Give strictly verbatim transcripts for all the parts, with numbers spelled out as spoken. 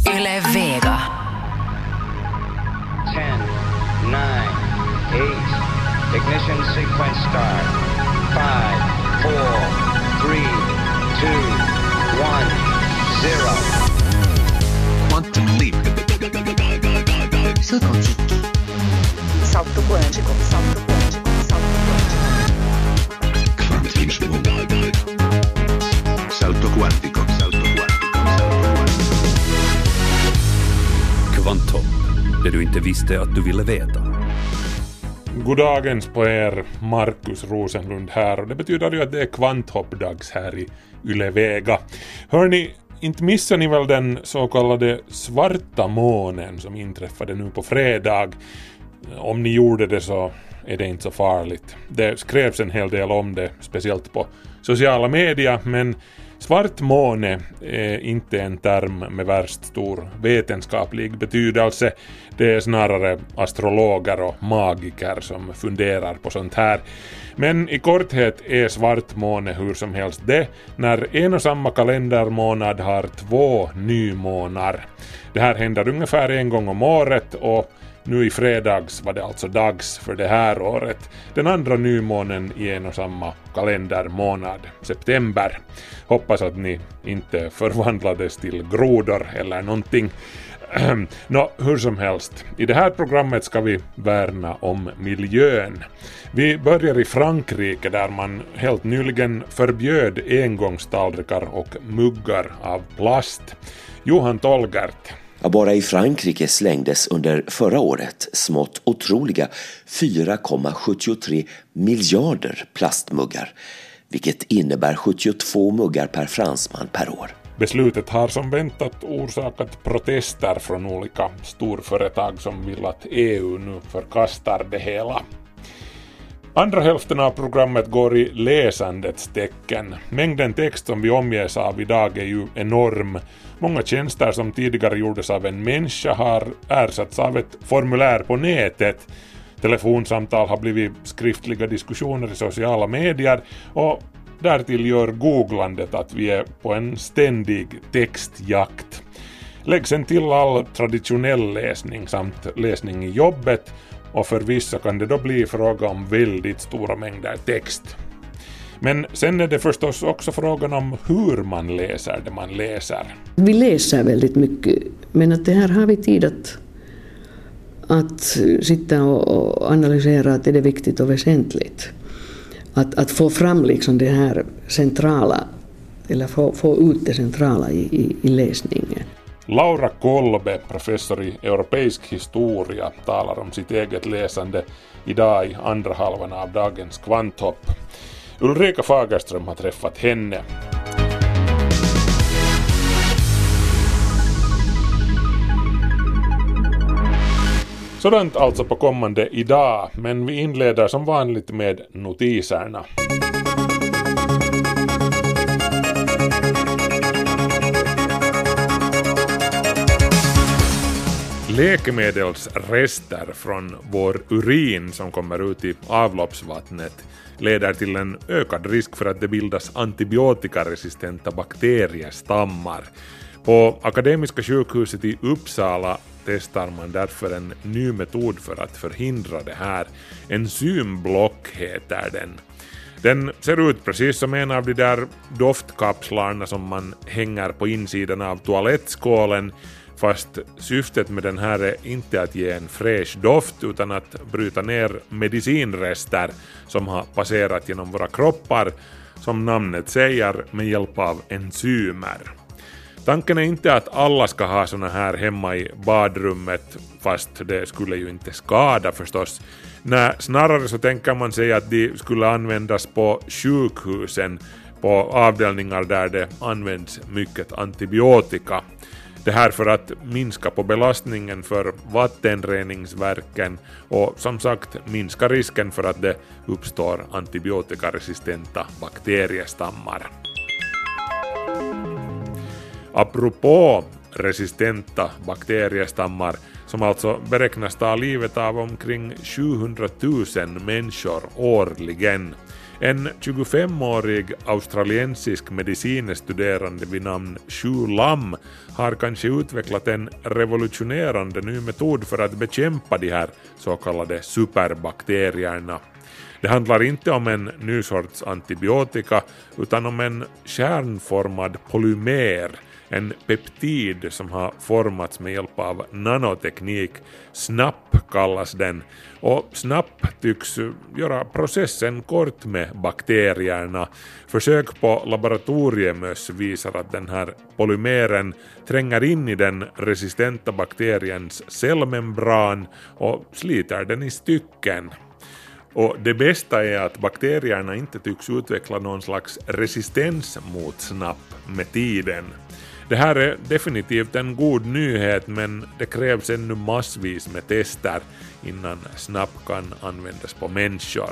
Yle Vega. ten, nine, eight. Ignition sequence start. five, four, three, two, one, zero. Quantum leap. Saut quantique. Salto quântico, salto quântico, salto quântico. Kvantismo. Salto quantico, salto quantico, salto quantico. Kvanthopp, det du inte visste att du ville veta. Goddagens på er, Markus Rosenlund här, och det betyder ju att det är kvanthoppdags här i Yle Vega. Hörni, inte missar ni väl den så kallade svarta månen som inträffade nu på fredag? Om ni gjorde det så är det inte så farligt. Det skrevs en hel del om det, speciellt på sociala medier, men svart måne är inte en term med värst stor vetenskaplig betydelse. Det är snarare astrologer och magiker som funderar på sånt här. Men i korthet är svart måne hur som helst det när en och samma kalendermånad har två nymånar. Det här händer ungefär en gång om året, och nu i fredags var det alltså dags för det här året. Den andra nymånen i en och samma kalendermånad, september. Hoppas att ni inte förvandlades till grodor eller någonting. Nå, hur som helst. I det här programmet ska vi värna om miljön. Vi börjar i Frankrike där man helt nyligen förbjöd engångstallrikar och muggar av plast. Johan Tolgert. Ja, bara i Frankrike slängdes under förra året smått otroliga fyra komma sjuttiotre miljarder plastmuggar, vilket innebär sjuttiotvå muggar per fransman per år. Beslutet har som väntat orsakat protester från olika storföretag som vill att E U nu förkastar det hela. Andra hälften av programmet går i läsandets tecken. Mängden text som vi omges av idag är ju enorm. Många tjänster som tidigare gjordes av en människa har ersatts av ett formulär på nätet. Telefonsamtal har blivit skriftliga diskussioner i sociala medier, och därtill gör googlandet att vi är på en ständig textjakt. Lägg sen till all traditionell läsning samt läsning i jobbet, och för vissa kan det då bli fråga om väldigt stora mängder text. Men sen är det förstås också frågan om hur man läser det man läser. Vi läser väldigt mycket, men att det här har vi tid att, att sitta och analysera att det är viktigt och väsentligt. Att, att få fram liksom det här centrala, eller få, få ut det centrala i, i, i läsningen. Laura Kolbe, professor i europeisk historia, talar om sitt eget läsande idag i andra halvan av dagens Kvanthopp. Ulrika Fagerström har träffat henne. Sådant alltså på kommande idag, men vi inleder som vanligt med notiserna. Läkemedelsrester från vår urin som kommer ut i avloppsvattnet leder till en ökad risk för att det bildas antibiotikaresistenta bakteriestammar. På Akademiska sjukhuset i Uppsala testar man därför en ny metod för att förhindra det här. Enzymblock heter den. Den ser ut precis som en av de där doftkapslarna som man hänger på insidan av toalettskålen, fast syftet med den här är inte att ge en fräsch doft utan att bryta ner medicinrester som har passerat genom våra kroppar, som namnet säger, med hjälp av enzymer. Tanken är inte att alla ska ha såna här hemma i badrummet, fast det skulle ju inte skada förstås. Nej, snarare så tänker man sig att de skulle användas på sjukhusen, på avdelningar där det används mycket antibiotika. Det här för att minska på belastningen för vattenreningsverken och som sagt minska risken för att det uppstår antibiotikaresistenta bakteriestammar. Apropå resistenta bakteriestammar som alltså beräknas ta livet av omkring sjuhundratusen människor årligen. En tjugofemårig australiensisk medicinestuderande vid namn Xu Lam har kanske utvecklat en revolutionerande ny metod för att bekämpa de här så kallade superbakterierna. Det handlar inte om en ny sorts antibiotika utan om en kärnformad polymer, en peptid som har formats med hjälp av nanoteknik. SNAP kallas den, och SNAP tycks göra processen kort med bakterierna. Försök på laboratoriemöss visar att den här polymeren tränger in i den resistenta bakteriens cellmembran och sliter den i stycken. Och det bästa är att bakterierna inte tycks utveckla någon slags resistens mot SNAP med tiden. Det här är definitivt en god nyhet, men det krävs ännu massvis med tester innan SNAP kan användas på människor.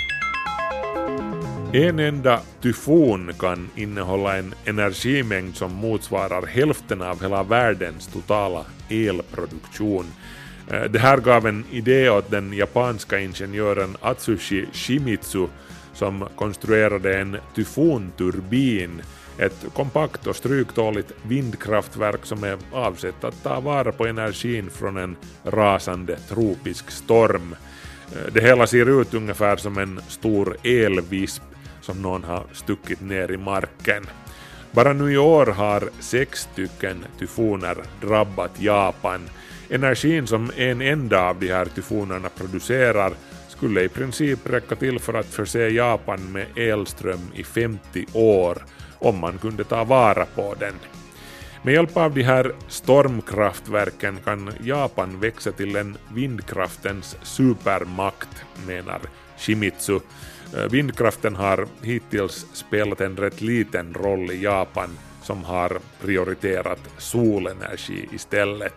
En enda tyfon kan innehålla en energimängd som motsvarar hälften av hela världens totala elproduktion. Det här gav en idé åt den japanska ingenjören Atsushi Shimizu som konstruerade en tyfonturbin, ett kompakt och stryktåligt vindkraftverk som är avsett att ta vara på energin från en rasande tropisk storm. Det hela ser ut ungefär som en stor elvisp som någon har stuckit ner i marken. Bara nu i år har sex stycken tyfoner drabbat Japan. Energin som en enda av de här tyfonerna producerar skulle i princip räcka till för att förse Japan med elström i femtio år om man kunde ta vara på den. Med hjälp av de här stormkraftverken kan Japan växa till en vindkraftens supermakt, menar Shimizu. Vindkraften har hittills spelat en rätt liten roll i Japan som har prioriterat solenergi istället.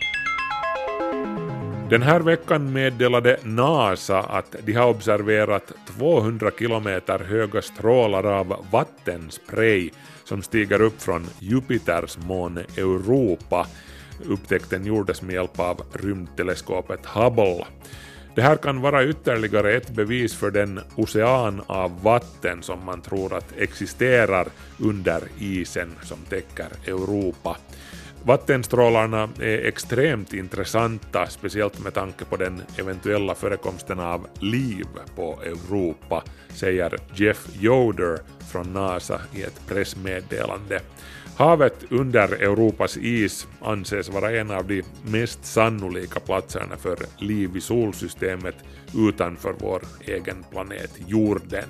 Den här veckan meddelade NASA att de har observerat tvåhundra kilometer höga strålar av vattenspray som stiger upp från Jupiters måne Europa. Upptäckten gjordes med hjälp av rymdteleskopet Hubble. Det här kan vara ytterligare ett bevis för den ocean av vatten som man tror att existerar under isen som täcker Europa. Vattenstrålarna är extremt intressanta, speciellt med tanke på den eventuella förekomsten av liv på Europa, säger Jeff Yoder från NASA i ett pressmeddelande. Havet under Europas is anses vara en av de mest sannolika platserna för liv i solsystemet utanför vår egen planet jorden.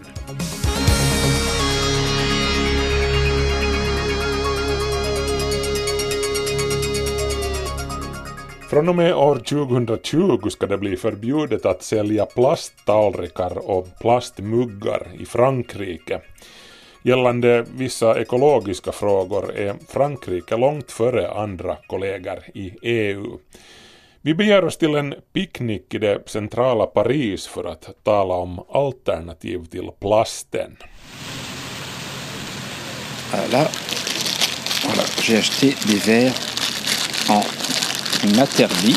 Från och med år tjugohundratjugo ska det bli förbjudet att sälja plasttallrikar och plastmuggar i Frankrike. Gällande vissa ekologiska frågor är Frankrike långt före andra kollegor i E U. Vi beger oss till en picknick i det centrala Paris för att tala om alternativ till plasten. Là, voilà, j'ai acheté des verres en Materby.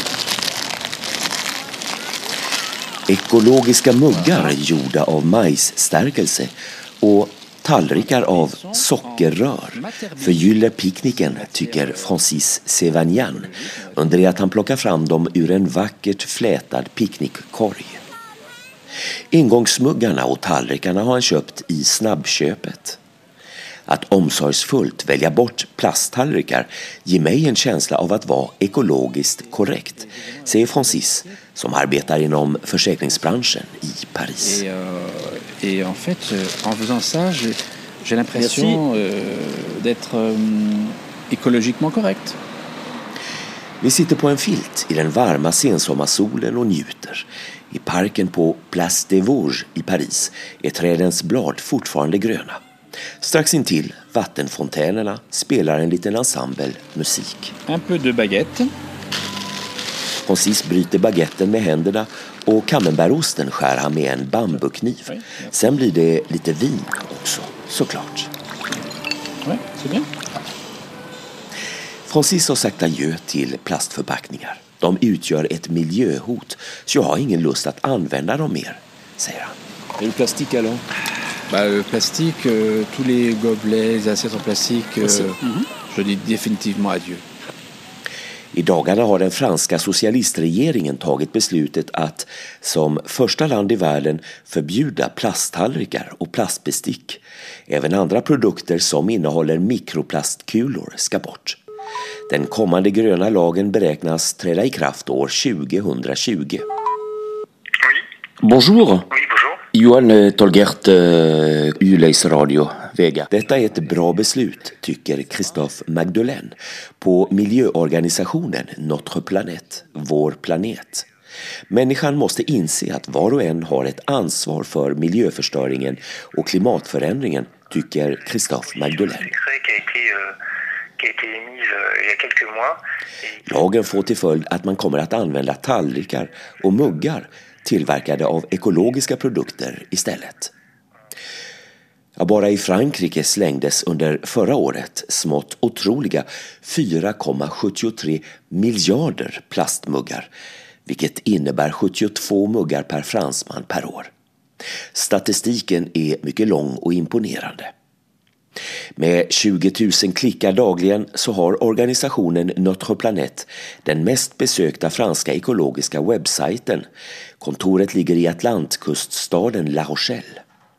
Ekologiska muggar gjorda av majsstärkelse och tallrikar av sockerrör förgyller picknicken, tycker Francis Sevagnan, under det att han plockar fram dem ur en vackert flätad picknickkorg. Ingångsmuggarna och tallrikarna har han köpt i snabbköpet. Att omsorgsfullt välja bort plasttallrikar ger mig en känsla av att vara ekologiskt korrekt, säger Francis, som arbetar inom försäkringsbranschen i Paris. Et, euh, et en fait, en faisant ça, j'ai, j'ai l'impression euh, d'être euh, écologiquement correct. Vi sitter på en filt i den varma sensommarsolen och njuter. I parken på Place des Vosges i Paris är trädens blad fortfarande gröna. Strax intill vattenfontänerna spelar en liten ensemble musik. Un peu de baguette. Francis bryter baguetten med händerna och camembert-osten skär han med en bambukniv. Sen blir det lite vin också, såklart. Ouais, c'est bien. Francis har sagt adjö till plastförpackningar. De utgör ett miljöhot, så jag har ingen lust att använda dem mer, säger han. Et le plastique alors? Bah, le plastique, euh, tous les gobelets, les assiettes en plastique, euh, mm-hmm. je dis définitivement adieu. I dagarna har den franska socialistregeringen tagit beslutet att som första land i världen förbjuda plasttallrikar och plastbestick. Även andra produkter som innehåller mikroplastkulor ska bort. Den kommande gröna lagen beräknas träda i kraft år tjugohundratjugo. Bonjour. Oui, bonjour. Johan Tolgert, uh, Yleis Radio, Vega. Detta är ett bra beslut, tycker Christophe Magdelaine på miljöorganisationen Notre Planète, vår planet. Människan måste inse att var och en har ett ansvar för miljöförstöringen och klimatförändringen, tycker Christophe Magdelaine. Lagen får till följd att man kommer att använda tallrikar och muggar tillverkade av ekologiska produkter istället. Ja, bara i Frankrike slängdes under förra året smått otroliga fyra komma sjuttiotre miljarder plastmuggar, vilket innebär sjuttiotvå muggar per fransman per år. Statistiken är mycket lång och imponerande. Med tjugo tusen klickar dagligen så har organisationen Notre Planète den mest besökta franska ekologiska webbsajten. Kontoret ligger i Atlantkuststaden La Rochelle.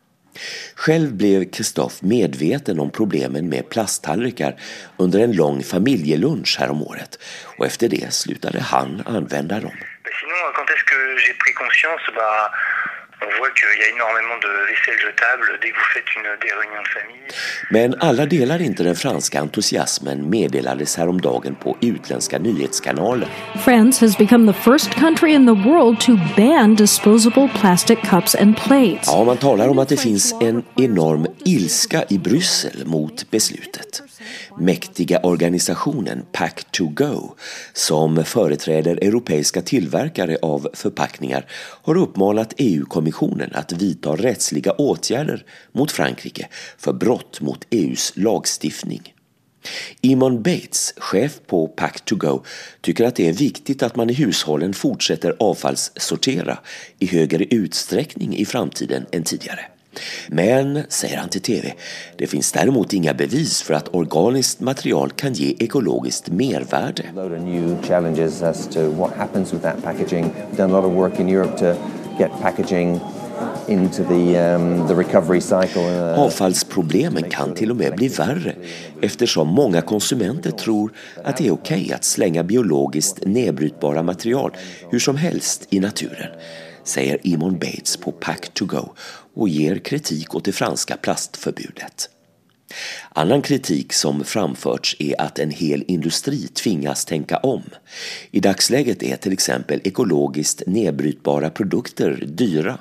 Själv blev Christophe medveten om problemen med plasttallrikar under en lång familjelunch här om året, och efter det slutade han använda dem. Sinon, quand est-ce que j'ai pris conscience, bah, on voit qu'il y a énormément de vaisselle jetable dès que vous faites une, des réunions de famille. Men alla delar inte den franska entusiasmen, meddelades häromdagen på utländska nyhetskanaler. France has become the first country in the world to ban disposable plastic cups and plates. Ja, man talar om att det finns en enorm ilska i Bryssel mot beslutet. Mäktiga organisationen Pack to Go, som företräder europeiska tillverkare av förpackningar, har uppmanat E U-kommissionen att vidta rättsliga åtgärder mot Frankrike för brott mot E U:s lagstiftning. Eamon Bates, chef på Pack to Go, tycker att det är viktigt att man i hushållen fortsätter avfallssortera i högre utsträckning i framtiden än tidigare. Men, säger han till T V, det finns däremot inga bevis för att organiskt material kan ge ekologiskt mervärde. New challenges as to what happens with that packaging. We've done a lot of work in Europe to get packaging into the um, the recovery cycle. Avfallsproblemen kan till och med bli värre eftersom många konsumenter tror att det är okej att slänga biologiskt nedbrytbara material hur som helst i naturen, säger Eamon Bates på Pack to Go och ger kritik åt det franska plastförbudet. Annan kritik som framförts är att en hel industri tvingas tänka om. I dagsläget är till exempel ekologiskt nedbrytbara produkter dyra.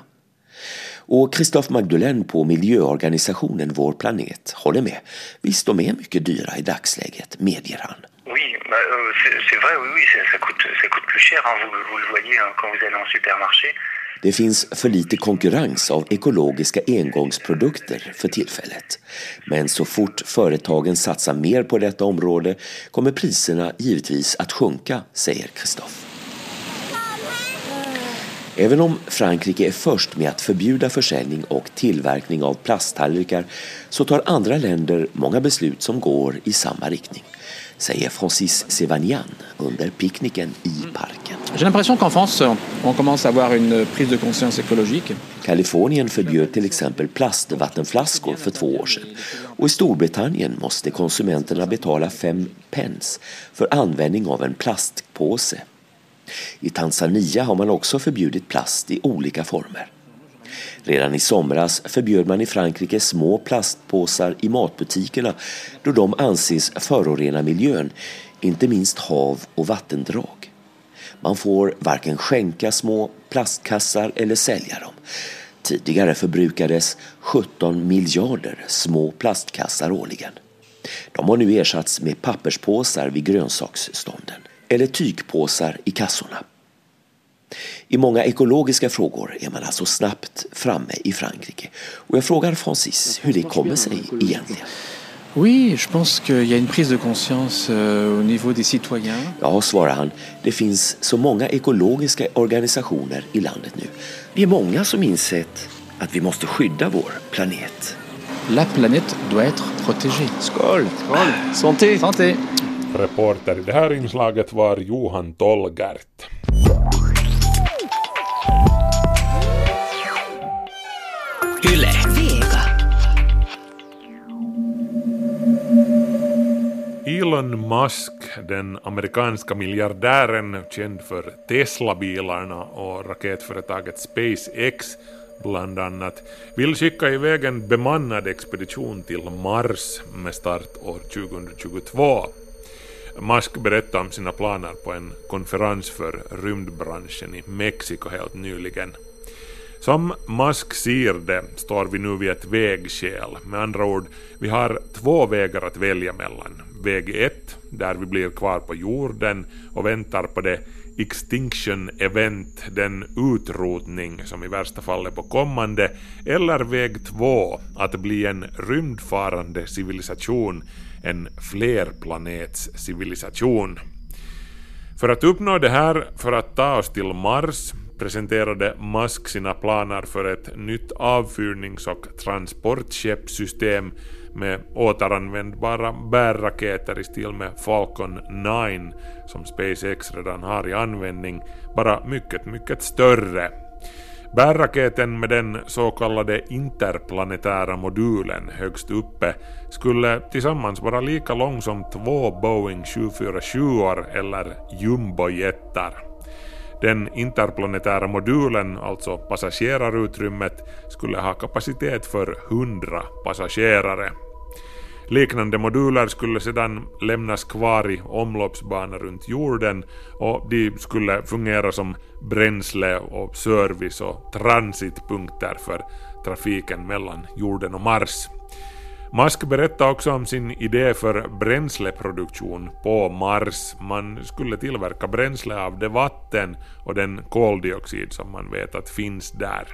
Och Christophe Magdelaine på miljöorganisationen Vår Planet håller med. Visst, de är mycket dyra i dagsläget, medger han. Oui, bah, euh, c'est, c'est vrai, oui, oui, ça coûte, ça coûte plus cher, hein, vous, vous le voyez hein, quand vous allez en supermarché. Det finns för lite konkurrens av ekologiska engångsprodukter för tillfället. Men så fort företagen satsar mer på detta område kommer priserna givetvis att sjunka, säger Christophe. Även om Frankrike är först med att förbjuda försäljning och tillverkning av plasttallrikar så tar andra länder många beslut som går i samma riktning, säger Francis Sevagnan under picknicken i parken. J'ai l'impression qu'en France, on commence à avoir une prise de conscience écologique. Kalifornien förbjöd till exempel plastvattenflaskor för två år sedan. Och i Storbritannien måste konsumenterna betala fem pence för användning av en plastpåse. I Tanzania har man också förbjudit plast i olika former. Redan i somras förbjöd man i Frankrike små plastpåsar i matbutikerna då de anses förorena miljön, inte minst hav- och vattendrag. Man får varken skänka små plastkassar eller sälja dem. Tidigare förbrukades sjutton miljarder små plastkassar årligen. De har nu ersatts med papperspåsar vid grönsaksstånden eller tygpåsar i kassorna. I många ekologiska frågor är man alltså snabbt framme i Frankrike. Och jag frågar Francis hur det kommer sig egentligen. Oui, je pense qu'il y a une prise de conscience euh, au niveau des citoyens. Ja, svarar han. Det finns så många ekologiska organisationer i landet nu. Vi är många som insett att vi måste skydda vår planet. La planète doit être protégée. Skål! Skål! Santé! Santé! Reporter i det här inslaget var Johan Tolgert. Yle Vega. Elon Musk, den amerikanska miljardären känd för Tesla-bilarna och raketföretaget SpaceX bland annat, vill skicka iväg en bemannad expedition till Mars med start år tjugohundratjugotvå. Musk berättade om sina planer på en konferens för rymdbranschen i Mexiko helt nyligen. Som Musk ser det står vi nu vid ett vägskäl. Med andra ord, vi har två vägar att välja mellan. Väg ett, där vi blir kvar på jorden och väntar på det extinction event, den utrotning som i värsta fall är på kommande, eller väg två, att bli en rymdfarande civilisation, en flerplanetscivilisation. För att uppnå det här, för att ta oss till Mars, presenterade Musk sina planer för ett nytt avfyrnings- och transportskeppssystem med återanvändbara bärraketer i stil med Falcon nio som SpaceX redan har i användning, bara mycket, mycket större. Bärraketen med den så kallade interplanetära modulen högst uppe skulle tillsammans vara lika lång som två Boeing sju fyra sju eller jumbojetar. Den interplanetära modulen, alltså passagerarutrymmet, skulle ha kapacitet för hundra passagerare. Liknande moduler skulle sedan lämnas kvar i omloppsbana runt jorden och de skulle fungera som bränsle och service och transitpunkter för trafiken mellan jorden och Mars. Musk berättade också om sin idé för bränsleproduktion på Mars. Man skulle tillverka bränsle av det vatten och den koldioxid som man vet att finns där.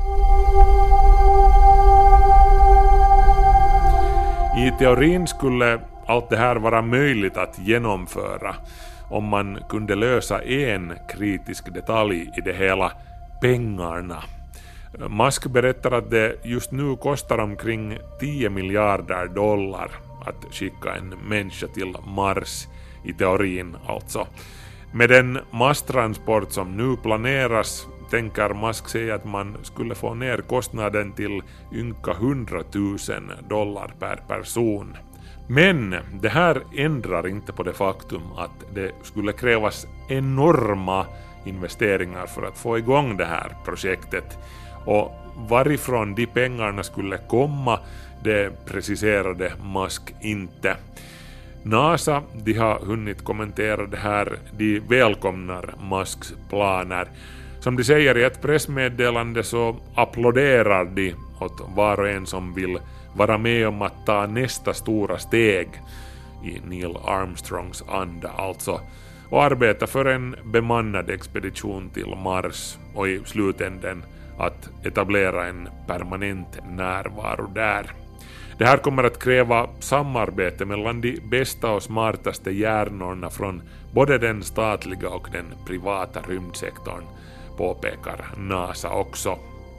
I teorin skulle allt det här vara möjligt att genomföra om man kunde lösa en kritisk detalj i det hela: pengarna. Musk berättar att det just nu kostar omkring tio miljarder dollar att skicka en människa till Mars, i teorin alltså. Med den masstransport som nu planeras tänker Musk säga att man skulle få ner kostnaden till ynka hundratusen dollar per person. Men det här ändrar inte på det faktum att det skulle krävas enorma investeringar för att få igång det här projektet. Och varifrån de pengarna skulle komma, det preciserade Musk inte. NASA, de har hunnit kommentera det här, de välkomnar Musks planer. Som de säger i ett pressmeddelande så applåderar de åt var och en som vill vara med om att ta nästa stora steg i Neil Armstrongs anda alltså, och arbeta för en bemannad expedition till Mars och i slutänden att etablera en permanent närvaro där. Det här kommer att kräva samarbete mellan de bästa och smartaste hjärnorna från både den statliga och den privata rymdsektorn, påpekar NASA också.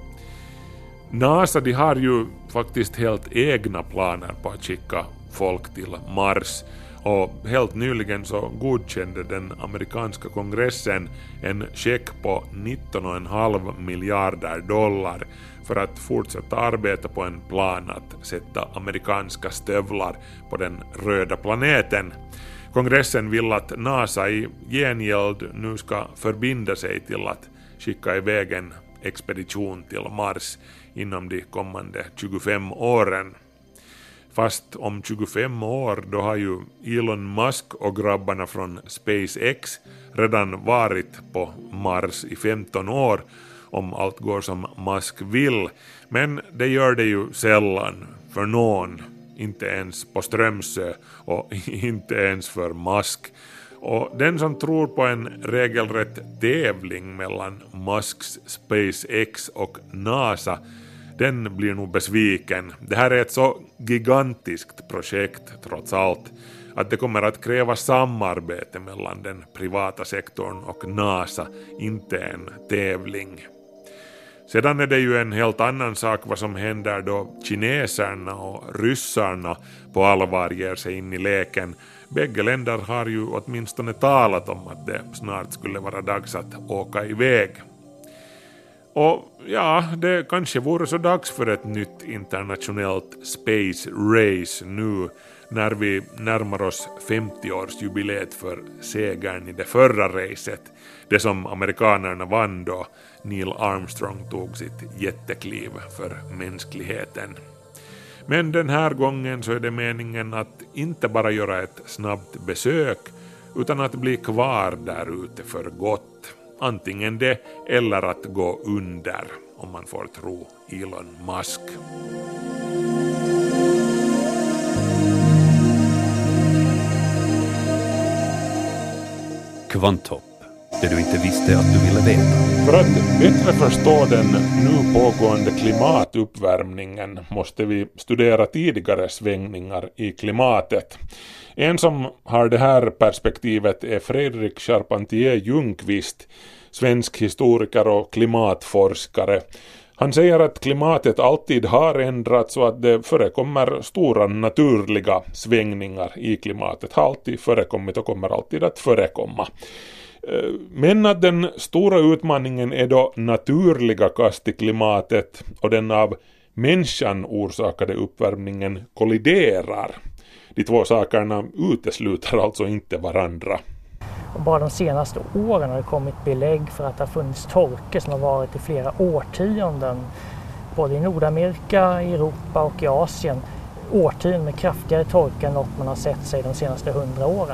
NASA, de har ju faktiskt helt egna planer på att skicka folk till Mars, och helt nyligen så godkände den amerikanska kongressen en check på nitton komma fem miljarder dollar för att fortsätta arbeta på en plan att sätta amerikanska stövlar på den röda planeten. Kongressen vill att NASA i gengäld nu ska förbinda sig till att skicka iväg en expedition till Mars inom de kommande tjugofem åren. Fast om tjugofem år då har ju Elon Musk och grabbarna från SpaceX redan varit på Mars i femton år, om allt går som Musk vill. Men det gör det ju sällan för någon, inte ens på Strömsö och inte ens för Musk. Och den som tror på en regelrätt tävling mellan Musks SpaceX och NASA, den blir nog besviken. Det här är ett så gigantiskt projekt trots allt att det kommer att kräva samarbete mellan den privata sektorn och NASA, inte en tävling. Sedan är det ju en helt annan sak vad som händer då kineserna och ryssarna på allvar ger sig in i leken. Bägge länder har ju åtminstone talat om att det snart skulle vara dags att åka iväg. Och ja, det kanske vore så dags för ett nytt internationellt space race nu när vi närmar oss femtioårsjubileet för segern i det förra racet, det som amerikanerna vann då Neil Armstrong tog sitt jättekliv för mänskligheten. Men den här gången så är det meningen att inte bara göra ett snabbt besök utan att bli kvar där ute för gott. Antingen det eller att gå under, om man får tro Elon Musk. Kvanthopp, det du inte visste att du ville veta. För att bättre förstå den nu pågående klimatuppvärmningen måste vi studera tidigare svängningar i klimatet. En som har det här perspektivet är Fredrik Charpentier Ljungqvist, svensk historiker och klimatforskare. Han säger att klimatet alltid har ändrats och att det förekommer stora naturliga svängningar i klimatet. Har alltid förekommit och kommer alltid att förekomma. Men att den stora utmaningen är då naturliga kast i klimatet och den av människan orsakade uppvärmningen kolliderar. De två sakerna utesluter alltså inte varandra. Och bara de senaste åren har det kommit belägg för att det har funnits torkor som har varit i flera årtionden. Både i Nordamerika, i Europa och i Asien. Årtionden med kraftigare torka än något man har sett sig de senaste hundra åren.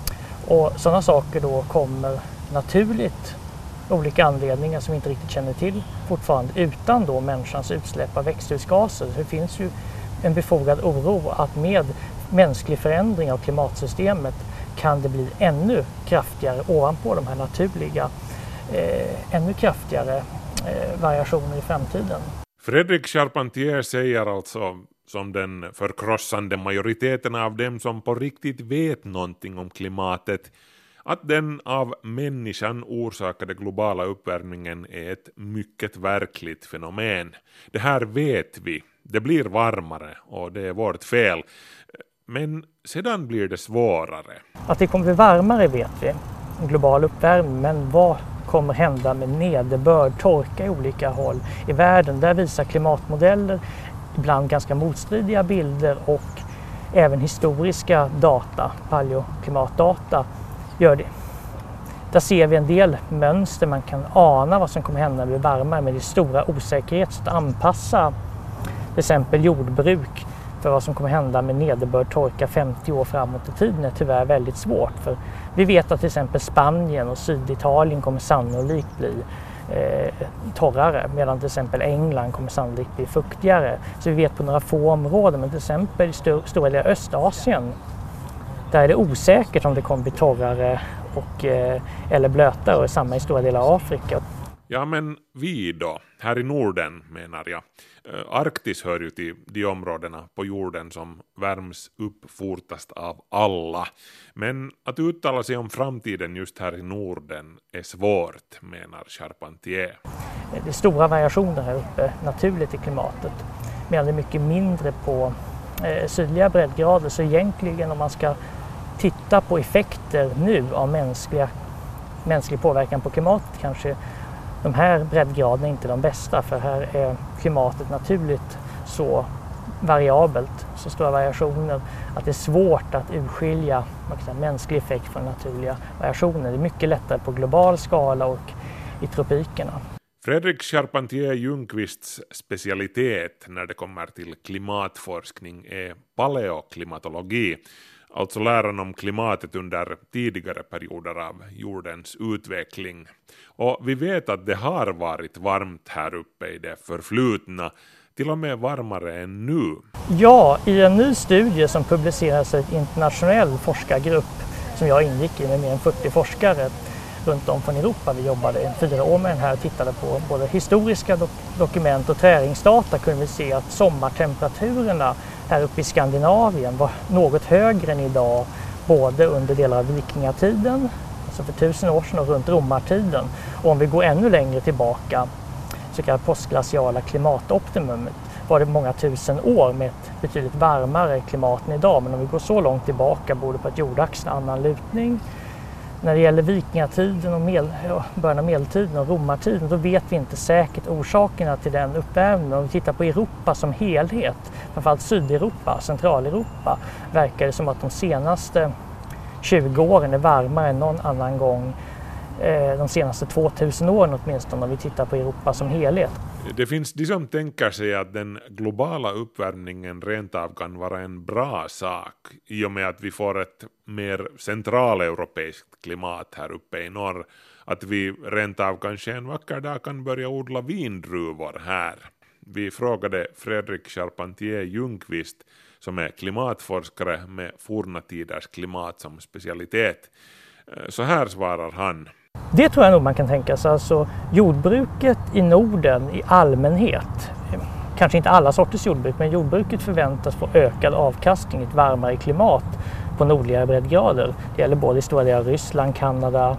Och sådana saker då kommer naturligt, olika anledningar som vi inte riktigt känner till fortfarande, utan då människans utsläpp av växthusgaser. Det finns ju en befogad oro att med mänsklig förändring av klimatsystemet kan det bli ännu kraftigare ovanpå de här naturliga, eh, ännu kraftigare eh, variationer i framtiden. Fredrik Charpentier säger alltså, som den förkrossande majoriteten av dem som på riktigt vet någonting om klimatet, att den av människan orsakade globala uppvärmningen är ett mycket verkligt fenomen. Det här vet vi. Det blir varmare och det är vårt fel. Men sedan blir det svårare. Att det kommer bli varmare vet vi, en global uppvärmning, men vad kommer hända med nederbörd, torka i olika håll i världen? Där visar klimatmodeller ibland ganska motstridiga bilder och även historiska data, paleoklimatdata, gör det. Där ser vi en del mönster, man kan ana vad som kommer hända när det blir varmare, men det är stora osäkerhet så att anpassa till exempel jordbruk för vad som kommer hända med nederbörd, torka femtio år framåt i tiden är tyvärr väldigt svårt. För vi vet att till exempel Spanien och Syditalien kommer sannolikt bli eh, torrare, medan till exempel England kommer sannolikt bli fuktigare. Så vi vet på några få områden, men till exempel i st- stora delar av Östasien, där är det osäkert om det kommer bli torrare och, eh, eller blötare, och samma i stora delar av Afrika. Ja, men vi då, här i Norden menar jag. Arktis hör ju till de områdena på jorden som värms upp fortast av alla. Men att uttala sig om framtiden just här i Norden är svårt, menar Charpentier. Det är stora variationer här uppe naturligt i klimatet, medan det är mycket mindre på eh, sydliga breddgrader. Så egentligen om man ska titta på effekter nu av mänskliga, mänsklig påverkan på klimatet, kanske de här breddgraderna är inte de bästa, för här är klimatet naturligt så variabelt, så stora variationer att det är svårt att urskilja mänsklig effekt från naturliga variationer. Det är mycket lättare på global skala och i tropikerna. Fredrik Charpentier Ljungqvists specialitet när det kommer till klimatforskning är paleoklimatologi, alltså läran om klimatet under tidigare perioder av jordens utveckling. Och vi vet att det har varit varmt här uppe i det förflutna, till och med varmare än nu. Ja, i en ny studie som publicerades i en internationell forskargrupp som jag ingick i med mer än fyrtio forskare, runt om från Europa. Vi jobbade fyra år med den här och tittade på både historiska dok- dokument och träningsdata. Kunde vi se att sommartemperaturerna här uppe i Skandinavien var något högre än idag, både under delar av vikingatiden, alltså för tusen år sedan, och runt romartiden. Och om vi går ännu längre tillbaka, så kallade postglaciala klimatoptimumet, var det många tusen år med ett betydligt varmare klimat än idag. Men om vi går så långt tillbaka beror det på att jordaxeln har annan lutning. När det gäller vikingatiden och med, ja, början av medeltiden och romartiden, då vet vi inte säkert orsakerna till den uppvärmningen. Om vi tittar på Europa som helhet, framförallt Sydeuropa, Centraleuropa, verkar det som att de senaste tjugo åren är varmare än någon annan gång. De senaste tvåtusen åren åtminstone, om vi tittar på Europa som helhet. Det finns de som tänker sig att den globala uppvärmningen rent av kan vara en bra sak i och med att vi får ett mer centraleuropeiskt klimat här uppe i norr. Att vi rent av kanske en vacker dag kan börja odla vindruvor här. Vi frågade Fredrik Charpentier Ljungqvist, som är klimatforskare med forna tiders klimat som specialitet. Så här svarar han. Det tror jag nog man kan tänka sig. Alltså, jordbruket i Norden i allmänhet, kanske inte alla sorters jordbruk, men jordbruket förväntas få ökad avkastning i ett varmare klimat på nordligare breddgrader. Det gäller både i stora delar av Ryssland, Kanada,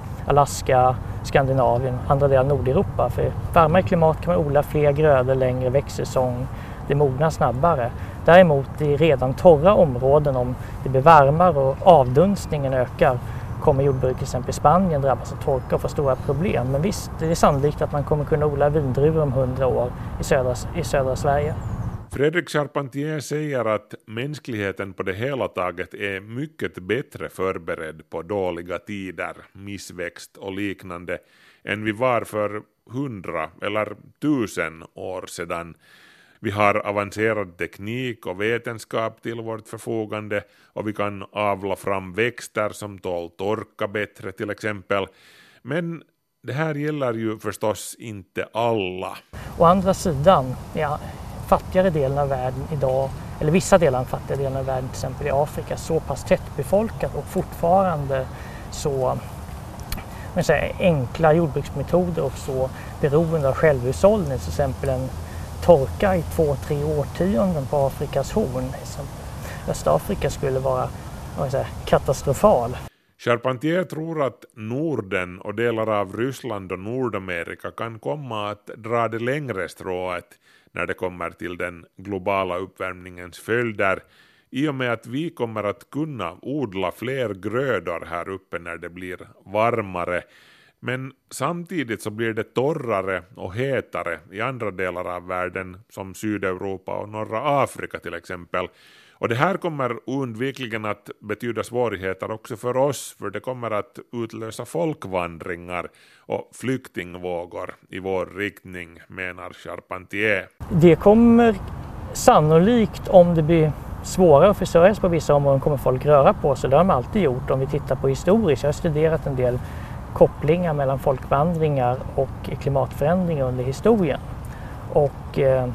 Alaska, Skandinavien, andra delar av Nordeuropa. För i varmare klimat kan man odla fler grödor, längre växtsäsong, det mognar snabbare. Däremot i redan torra områden, om det blir varmare och avdunstningen ökar, kommer jordbruk till exempel i Spanien drabbas av torka och få stora problem. Men visst, det är sannolikt att man kommer kunna odla vindruvor om hundra år i södra, i södra Sverige. Fredrik Charpentier säger att mänskligheten på det hela taget är mycket bättre förberedd på dåliga tider, missväxt och liknande än vi var för hundra eller tusen år sedan. Vi har avancerad teknik och vetenskap till vårt förfogande och vi kan avla fram växter som tål torka bättre till exempel. Men det här gäller ju förstås inte alla. Å andra sidan, ja, fattigare delen av världen idag, eller vissa delar av fattiga delen av världen, till exempel i Afrika, så pass tättbefolkat och fortfarande så men så här, enkla jordbruksmetoder och så beroende av självhushållning, till exempel en torka i två, tre årtionden på Afrikas horn. Östafrika skulle vara säga, katastrofal. Charpentier tror att Norden och delar av Ryssland och Nordamerika kan komma att dra det längre strået när det kommer till den globala uppvärmningens följder, i och med att vi kommer att kunna odla fler grödor här uppe när det blir varmare. Men samtidigt så blir det torrare och hetare i andra delar av världen som Sydeuropa och norra Afrika till exempel. Och det här kommer oundvikligen att betyda svårigheter också för oss, för det kommer att utlösa folkvandringar och flyktingvågor i vår riktning, menar Charpentier. Det kommer sannolikt, om det blir svårare att försörja sig på vissa områden, kommer folk röra på sig. Det har de alltid gjort om vi tittar på historiskt. Jag har studerat en del kopplingar mellan folkvandringar och klimatförändringar under historien. Och eh,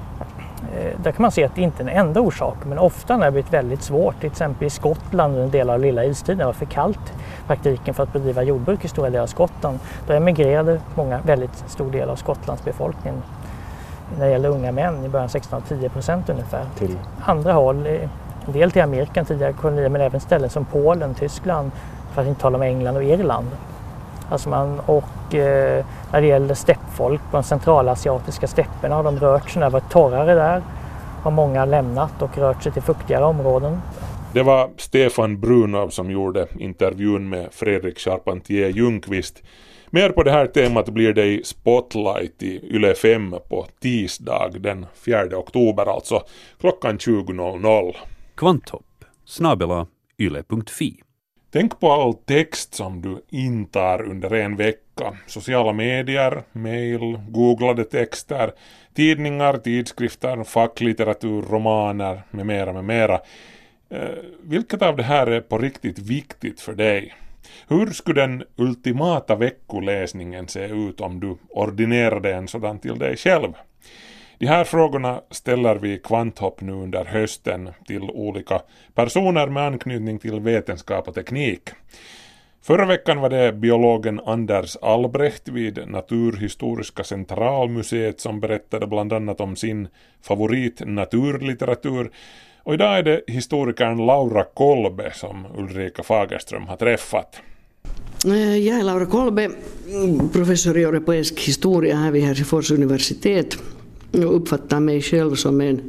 där kan man se att det inte är den enda orsaken, men ofta när det blivit väldigt svårt, till exempel i Skottland under en del av lilla istiden, det var för kallt i praktiken för att bedriva jordbruk i stora delar av Skottland. Då emigrerade många, väldigt stor del av Skottlands befolkning, när det gäller unga män, i början av sextonhundratalet, tio procent ungefär. Till andra håll, en del till Amerika, tidigare kolonier, men även ställen som Polen, Tyskland, för att inte tala om England och Irland. Alltså man, och eh, när det gäller steppfolk på de centralasiatiska stepperna har de rört sig, när det var torrare där har många lämnat och rört sig till fuktigare områden. Det var Stefan Brunov som gjorde intervjun med Fredrik Charpentier Ljungqvist. Mer på det här temat blir det i Spotlight i Yle fem på tisdag den fjärde oktober, alltså klockan tjugo noll noll. Kvanthopp, snabela yle punkt fi. Tänk på all text som du intar under en vecka. Sociala medier, mail, googlade texter, tidningar, tidskrifter, facklitteratur, romaner med mera med mera. Eh, vilket av det här är på riktigt viktigt för dig? Hur skulle den ultimata veckoläsningen se ut om du ordinerade en sådan till dig själv? De här frågorna ställer vi i Kvanthopp nu under hösten till olika personer med anknytning till vetenskap och teknik. Förra veckan var det biologen Anders Albrecht vid Naturhistoriska centralmuseet som berättade bland annat om sin favorit naturlitteratur. Och idag är det historikern Laura Kolbe som Ulrika Fagerström har träffat. Jag är Laura Kolbe, professor i europeisk historia här vid Helsingfors universitet och uppfattar mig själv som en,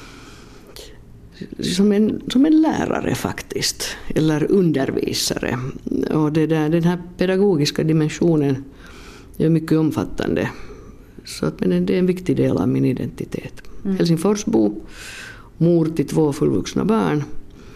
som en, som en lärare faktiskt, eller undervisare. Och det där, den här pedagogiska dimensionen är mycket omfattande. Så att, men det är en viktig del av min identitet. Mm. Helsingforsbo, mor till två fullvuxna barn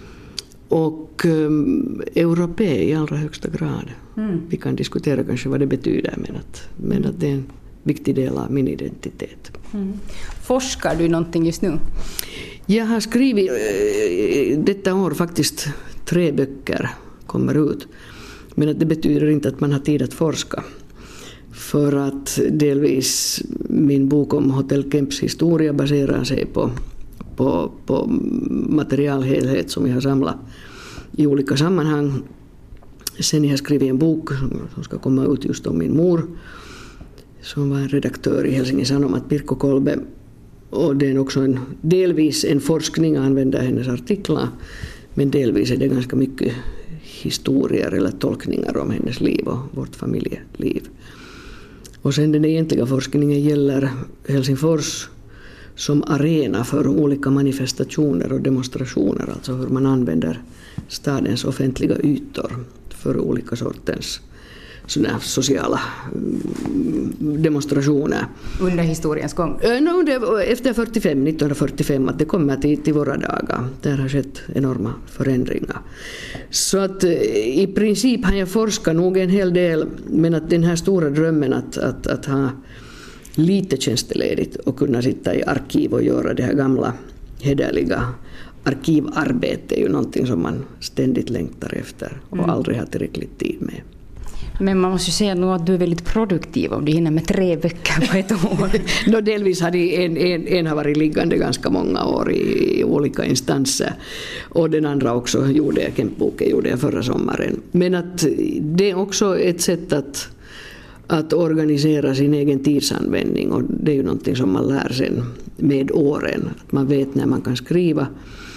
och um, europé i allra högsta grad. Mm. Vi kan diskutera kanske vad det betyder, men att, men att det är en viktig del av min identitet. Mm. Forskar du någonting just nu? Jag har skrivit äh, detta år faktiskt tre böcker kommer ut. Men att det betyder inte att man har tid att forska. För att delvis min bok om Hotell Kemps historia baserar sig på, på, på materialhelhet som jag har samlat i olika sammanhang. Sen jag har skrivit en bok som ska komma ut just om min mor som var en redaktör i Helsingin Sanomat, Pirkko Kolbe. Och det är också en, delvis en forskning, använder hennes artiklar, men delvis är det ganska mycket historier eller tolkningar om hennes liv och vårt familjeliv. Och sen den egentliga forskningen gäller Helsingfors som arena för olika manifestationer och demonstrationer, alltså hur man använder stadens offentliga ytor för olika sortens sådana sociala demonstrationer. Under historiens gång? No, det, efter fyrtiofem, nittonhundrafyrtiofem, att det kommer till, till våra dagar. Där har skett enorma förändringar. Så att i princip har jag forskat nog en hel del, men att den här stora drömmen att, att, att ha lite tjänsteledigt och kunna sitta i arkiv och göra det här gamla hederliga arkivarbete är ju någonting som man ständigt längtar efter och mm. aldrig har tillräckligt tid med. Men man måste ju säga nog att du är väldigt produktiv om du hinner med tre böcker på ett år. no, delvis har en, en, en har varit liggande ganska många år i, i olika instanser. Och den andra också gjorde jag, Kemp-boken gjorde jag förra sommaren. Men att det är också ett sätt att, att organisera sin egen tidsanvändning. Och det är ju någonting som man lär sig med åren. Att man vet när man kan skriva.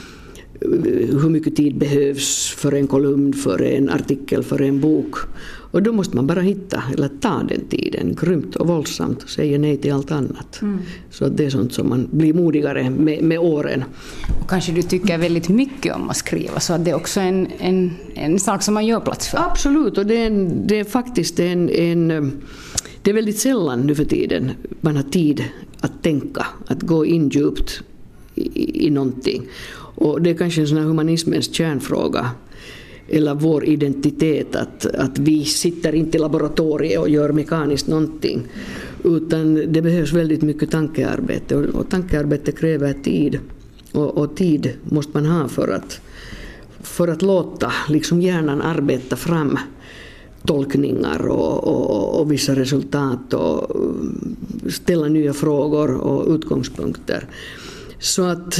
Hur mycket tid behövs för en kolumn, för en artikel, för en bok. Och då måste man bara hitta, eller ta den tiden, grymt och våldsamt, och säga nej till allt annat. Mm. Så det är sånt som man blir modigare med, med åren. Och kanske du tycker väldigt mycket om att skriva, så att det är också en, en, en sak som man gör plats för. Absolut, och det är, en, det är faktiskt en, en... Det är väldigt sällan nu för tiden man har tid att tänka, att gå in djupt i, i någonting. Och det är kanske en sån här humanismens kärnfråga, eller vår identitet, att, att vi sitter inte i laboratoriet och gör mekaniskt någonting, utan det behövs väldigt mycket tankearbete, och, och tankearbete kräver tid, och, och tid måste man ha för att, för att låta liksom hjärnan arbeta fram tolkningar och, och, och vissa resultat och ställa nya frågor och utgångspunkter. Så att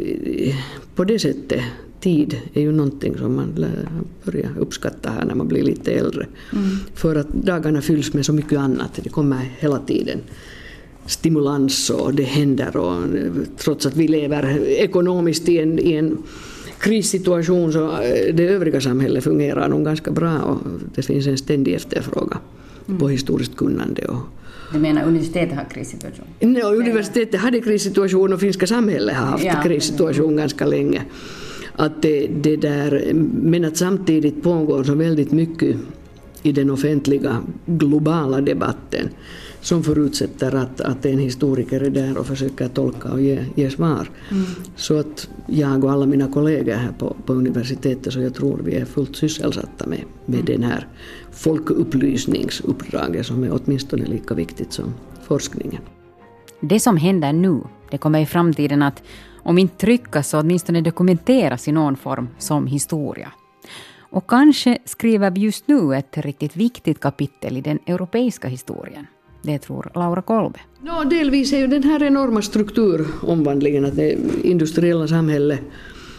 på det sättet, tid är ju någonting som man börjar uppskatta här när man blir lite äldre. Mm. För att dagarna fylls med så mycket annat. Det kommer hela tiden stimulans och det händer. Och trots att vi lever ekonomiskt i en, i en krissituation, så det övriga samhället fungerar nog ganska bra. Och det finns en ständig efterfrågan mm. på historiskt kunnande och du menar universitetet har krissituation? Nej, universitetet hade krissituation och finska samhället har haft ja. krissituation ganska länge. Att det, det där, men att samtidigt pågår så väldigt mycket i den offentliga globala debatten som förutsätter att, att en historiker är där och försöker tolka och ge, ge svar. Mm. Så att jag och alla mina kollegor här på, på universitetet, så jag tror vi är fullt sysselsatta med, med mm. den här folkupplysningsuppdraget som är åtminstone lika viktigt som forskningen. Det som händer nu, det kommer i framtiden att om inte tryckas så åtminstone dokumenteras i någon form som historia. Och kanske skriver vi just nu ett riktigt viktigt kapitel i den europeiska historien. Det tror Laura Kolbe. No, delvis är ju den här enorma strukturomvandlingen, att det industriella samhället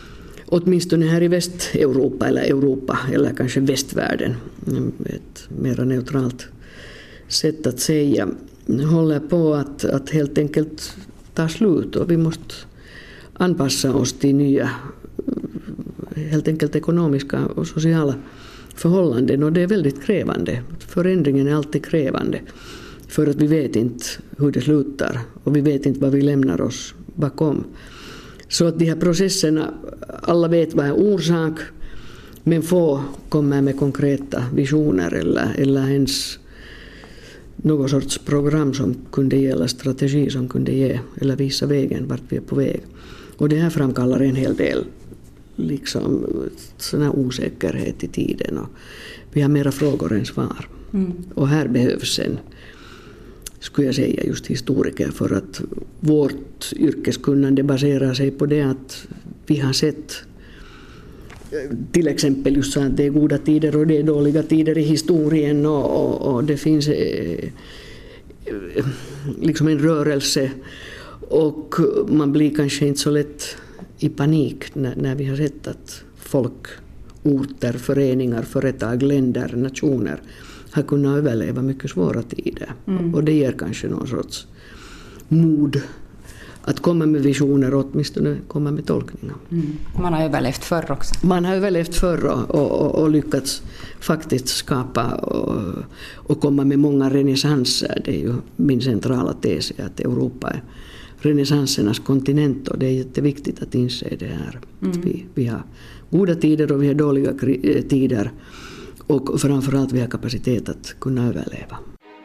åtminstone här i Västeuropa eller Europa eller kanske västvärlden, ett mer neutralt sätt att säga, håller på att, att helt enkelt ta slut och vi måste anpassa oss till nya helt enkelt ekonomiska och sociala förhållanden och det är väldigt krävande. Förändringen är alltid krävande för att vi vet inte hur det slutar och vi vet inte vad vi lämnar oss bakom. Så att de här processerna, alla vet vad är orsak, men få kommer med konkreta visioner eller, eller ens någon sorts program som kunde ge eller strategi som kunde ge eller visa vägen vart vi är på väg. Och det här framkallar en hel del liksom sån här osäkerhet i tiden och vi har mera frågor än svar. Mm. Och här behövs en, skulle jag säga, just historiker för att vårt yrkeskunnande baserar sig på det att vi har sett till exempel just så att det är goda tider och det är dåliga tider i historien och, och, och det finns eh, liksom en rörelse och man blir kanske inte så lätt i panik när, när vi har sett att folk, orter, föreningar, företag, länder, nationer har kunnat överleva mycket svåra tider. Mm. Och det ger kanske någon sorts mod att komma med visioner och åtminstone komma med tolkningar. Mm. Man har överlevt förr också. Man har överlevt förr och, och, och lyckats faktiskt skapa och, och komma med många renässanser. Det är ju min centrala tes att Europa är renässansernas kontinent och det är jätteviktigt att inse det här. Mm. Vi, vi har goda tider och vi har dåliga kri- tider och framförallt vi har kapacitet att kunna överleva.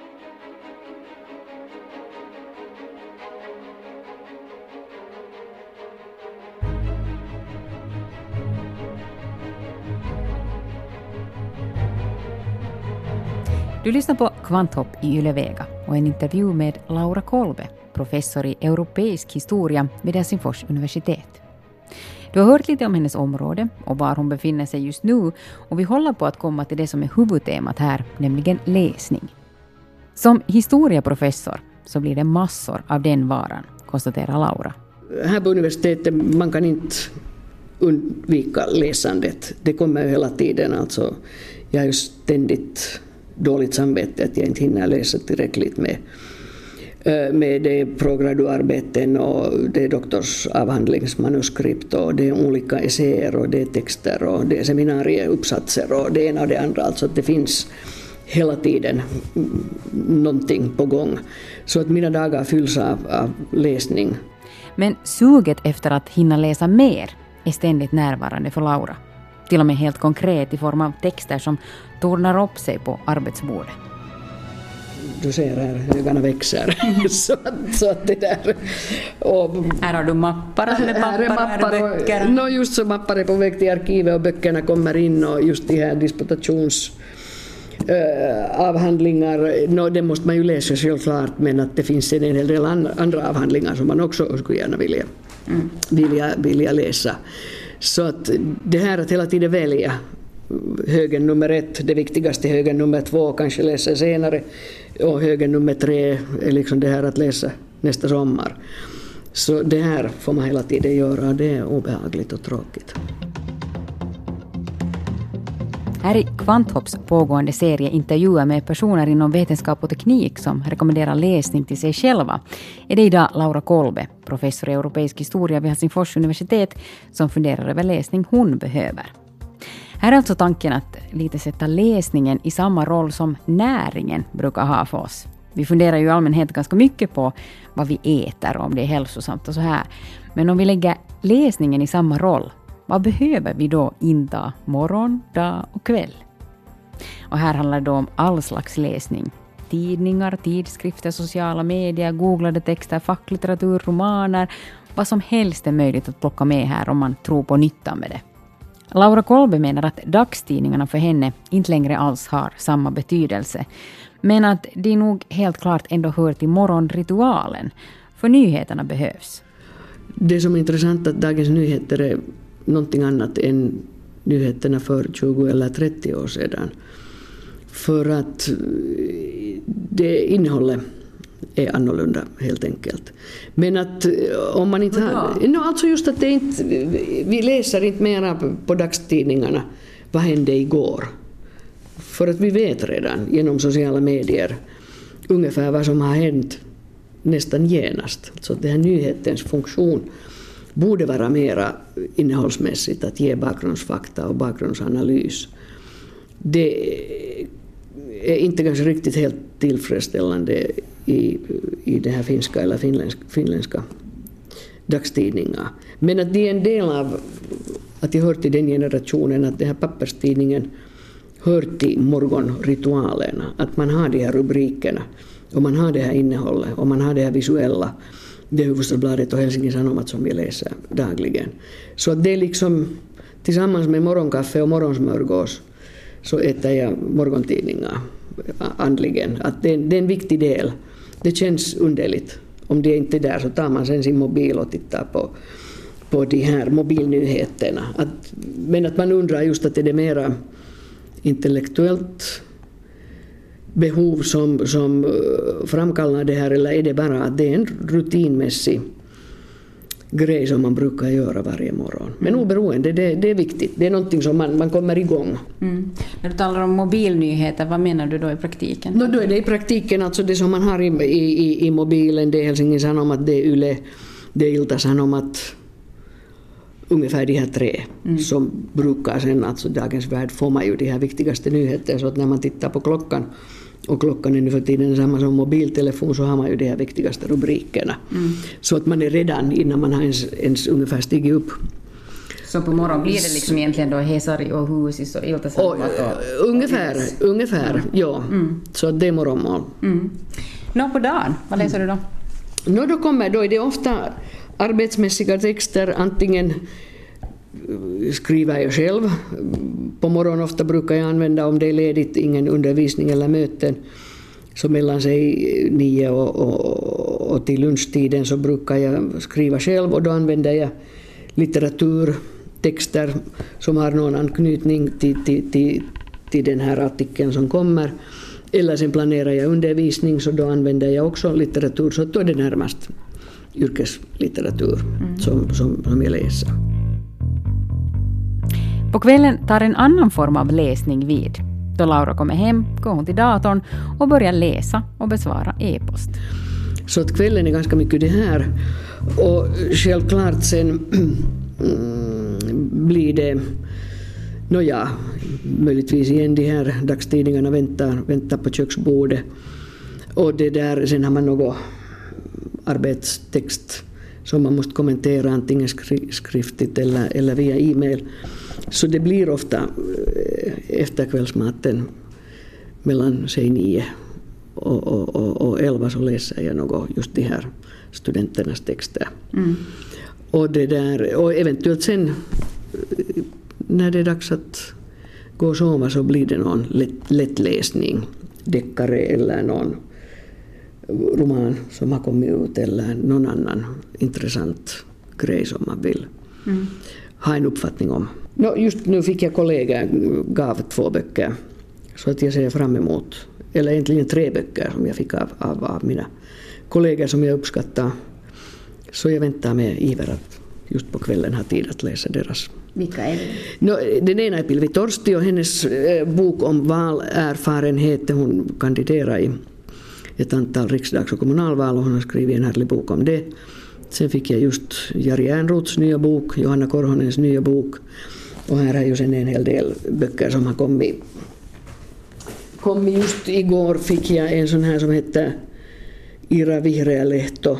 Du lyssnar på Kvanthopp i Yle Vega och en intervju med Laura Kolbe, professor i europeisk historia vid Helsingfors universitet. Du har hört lite om hennes område och var hon befinner sig just nu och vi håller på att komma till det som är huvudtemat här, nämligen läsning. Som historieprofessor så blir det massor av den varan, konstaterar Laura. Här på universitetet man kan inte undvika läsandet. Det kommer hela tiden. Alltså, jag har ju ständigt dåligt samvete att jag inte hinner läsa tillräckligt med, med det prograduarbeten och det är doktorsavhandlingsmanuskript och det är olika essäer och det är texter och det är seminarieuppsatser och det ena och det andra. Alltså att det finns hela tiden någonting på gång. Så att mina dagar fylls av, av läsning. Men suget efter att hinna läsa mer är ständigt närvarande för Laura. Till och med helt konkret i form av texter som tornar upp sig på arbetsbordet. Du ser här, högarna växer. så, att, så att det där... Och, här har du mappar, eller mappar, mappar här böcker. No, just så mappar är på väg till arkivet och böckerna kommer in och just de här disputations... Uh, avhandlingar, no, det måste man ju läsa självklart, men att det finns en hel del andra avhandlingar som man också skulle gärna vilja, mm. vilja, vilja läsa. Så att det här att hela tiden välja högen nummer ett, det viktigaste, högen nummer två kanske läsa senare och högen nummer tre är liksom det här att läsa nästa sommar. Så det här får man hela tiden göra och det är obehagligt och tråkigt. Här i Kvanthopps pågående serie intervjuer med personer inom vetenskap och teknik som rekommenderar läsning till sig själva är det idag Laura Kolbe, professor i europeisk historia vid Helsingfors universitet, som funderar över läsning hon behöver. Här är alltså tanken att lite sätta läsningen i samma roll som näringen brukar ha för oss. Vi funderar ju i allmänhet ganska mycket på vad vi äter och om det är hälsosamt och så här. Men om vi lägger läsningen i samma roll, vad behöver vi då inta morgon, dag och kväll? Och här handlar det om all slags läsning. Tidningar, tidskrifter, sociala medier, googlade texter, facklitteratur, romaner. Vad som helst är möjligt att plocka med här om man tror på nyttan med det. Laura Kolbe menar att dagstidningarna för henne inte längre alls har samma betydelse. Men att det nog helt klart ändå hör till morgonritualen. För nyheterna behövs. Det som är intressant är att Dagens Nyheter är någonting annat än nyheterna för tjugo eller trettio år sedan. För att det innehållet är annorlunda helt enkelt. Men att om man inte har... No, alltså just att det inte, vi läser inte mera på, på dagstidningarna vad hände igår. För att vi vet redan genom sociala medier ungefär vad som har hänt nästan genast. Så det här nyhetens funktion borde vara mera innehållsmässigt att ge bakgrundsfakta och bakgrundsanalys. Det är inte kanske riktigt helt tillfredsställande i, i det här finska eller finländska, finländska dagstidningar. Men att det är en del av att jag hör till den generationen att den här papperstidningen hör till morgonritualerna. Att man har de här rubrikerna och man har det här innehållet och man har det här visuella. Det är Hufvudstadsbladet och Helsingin Sanomat som vi läser dagligen. Så att det är liksom tillsammans med morgonkaffe och morgonsmörgås så äter jag morgontidningar andligen. Att det, det är en viktig del. Det känns underligt. Om det inte är där så tar man sen sin mobil och tittar på, på de här mobilnyheterna. Att, men att man undrar just att är det mera intellektuellt behov som, som framkallar det här eller är det bara att det är en rutinmässig grej som man brukar göra varje morgon. Men oberoende, det, det är viktigt. Det är någonting som man, man kommer igång. Mm. När du talar om mobilnyheter, vad menar du då i praktiken? No, då är det i praktiken alltså det som man har i, i, i mobilen, det är Helsingin Sanomat, det är Yle, det är Ilta-Sanomat, ungefär de här tre mm. som brukar sen, alltså Dagens Värld får man ju de här viktigaste nyheterna så att när man tittar på klockan och klockan är nu för tiden samma som mobiltelefon så har man ju de här viktigaste rubrikerna. Mm. Så att man är redan innan man har ens, ens ungefär stigit upp. Så på morgon blir det liksom egentligen då Hesari och Husis och Ilta-Sanomat? Och, ungefär, och ungefär mm. ja. Mm. Så det är morgonmål. Mm. Nå på dagen, vad läser du då? Nå då kommer då är det ofta arbetsmässiga texter, antingen skriver jag själv. På morgonen ofta brukar jag använda, om det är ledigt, ingen undervisning eller möten. Så mellan sig nio och, och, och till lunchtiden så brukar jag skriva själv och då använder jag litteraturtexter som har någon anknytning till, till, till, till den här artikeln som kommer. Eller sen planerar jag undervisning så då använder jag också litteratur så då är det närmast yrkeslitteratur mm. som, som, som jag läser. På kvällen tar en annan form av läsning vid. Då Laura kommer hem går hon till datorn och börjar läsa och besvara e-post. Så att kvällen är ganska mycket det här. Och självklart sen blir det nåja, möjligtvis igen de här dagstidningarna väntar, väntar på köksbordet. Och det där, sen har man något arbetstext som man måste kommentera antingen skri- skriftligt eller, eller via e-mail. Så det blir ofta efter kvällsmaten mellan sig nio och, och, och, och elva så läser jag något just de här studenternas texter. Mm. Och, det där, och eventuellt sen när det är dags att gå och sova så blir det någon lätt, lättläsning, deckare eller någon roman som har kommit ut eller någon annan intressant grej som man vill mm. ha en uppfattning om. No, just nu fick jag kollega gav två böcker så att jag ser fram emot, eller egentligen tre böcker som jag fick av, av, av mina kollegor som jag uppskattar. Så jag väntar med iver att just på kvällen ha tid att läsa deras. Vilka är det? No, den ena är Pilvi Torsti och hennes eh, bok om valerfarenhet. Hon kandiderar i ett antal riksdags- och kommunalval och hon har skrivit en härlig bok om det. Sen fick jag just Jari Ernroths nya bok, Johanna Korhonens nya bok. Och här är ju sen en hel del böcker som har kommit. kommit just igår fick jag en sån här som heter Ira Vihreä-Lehto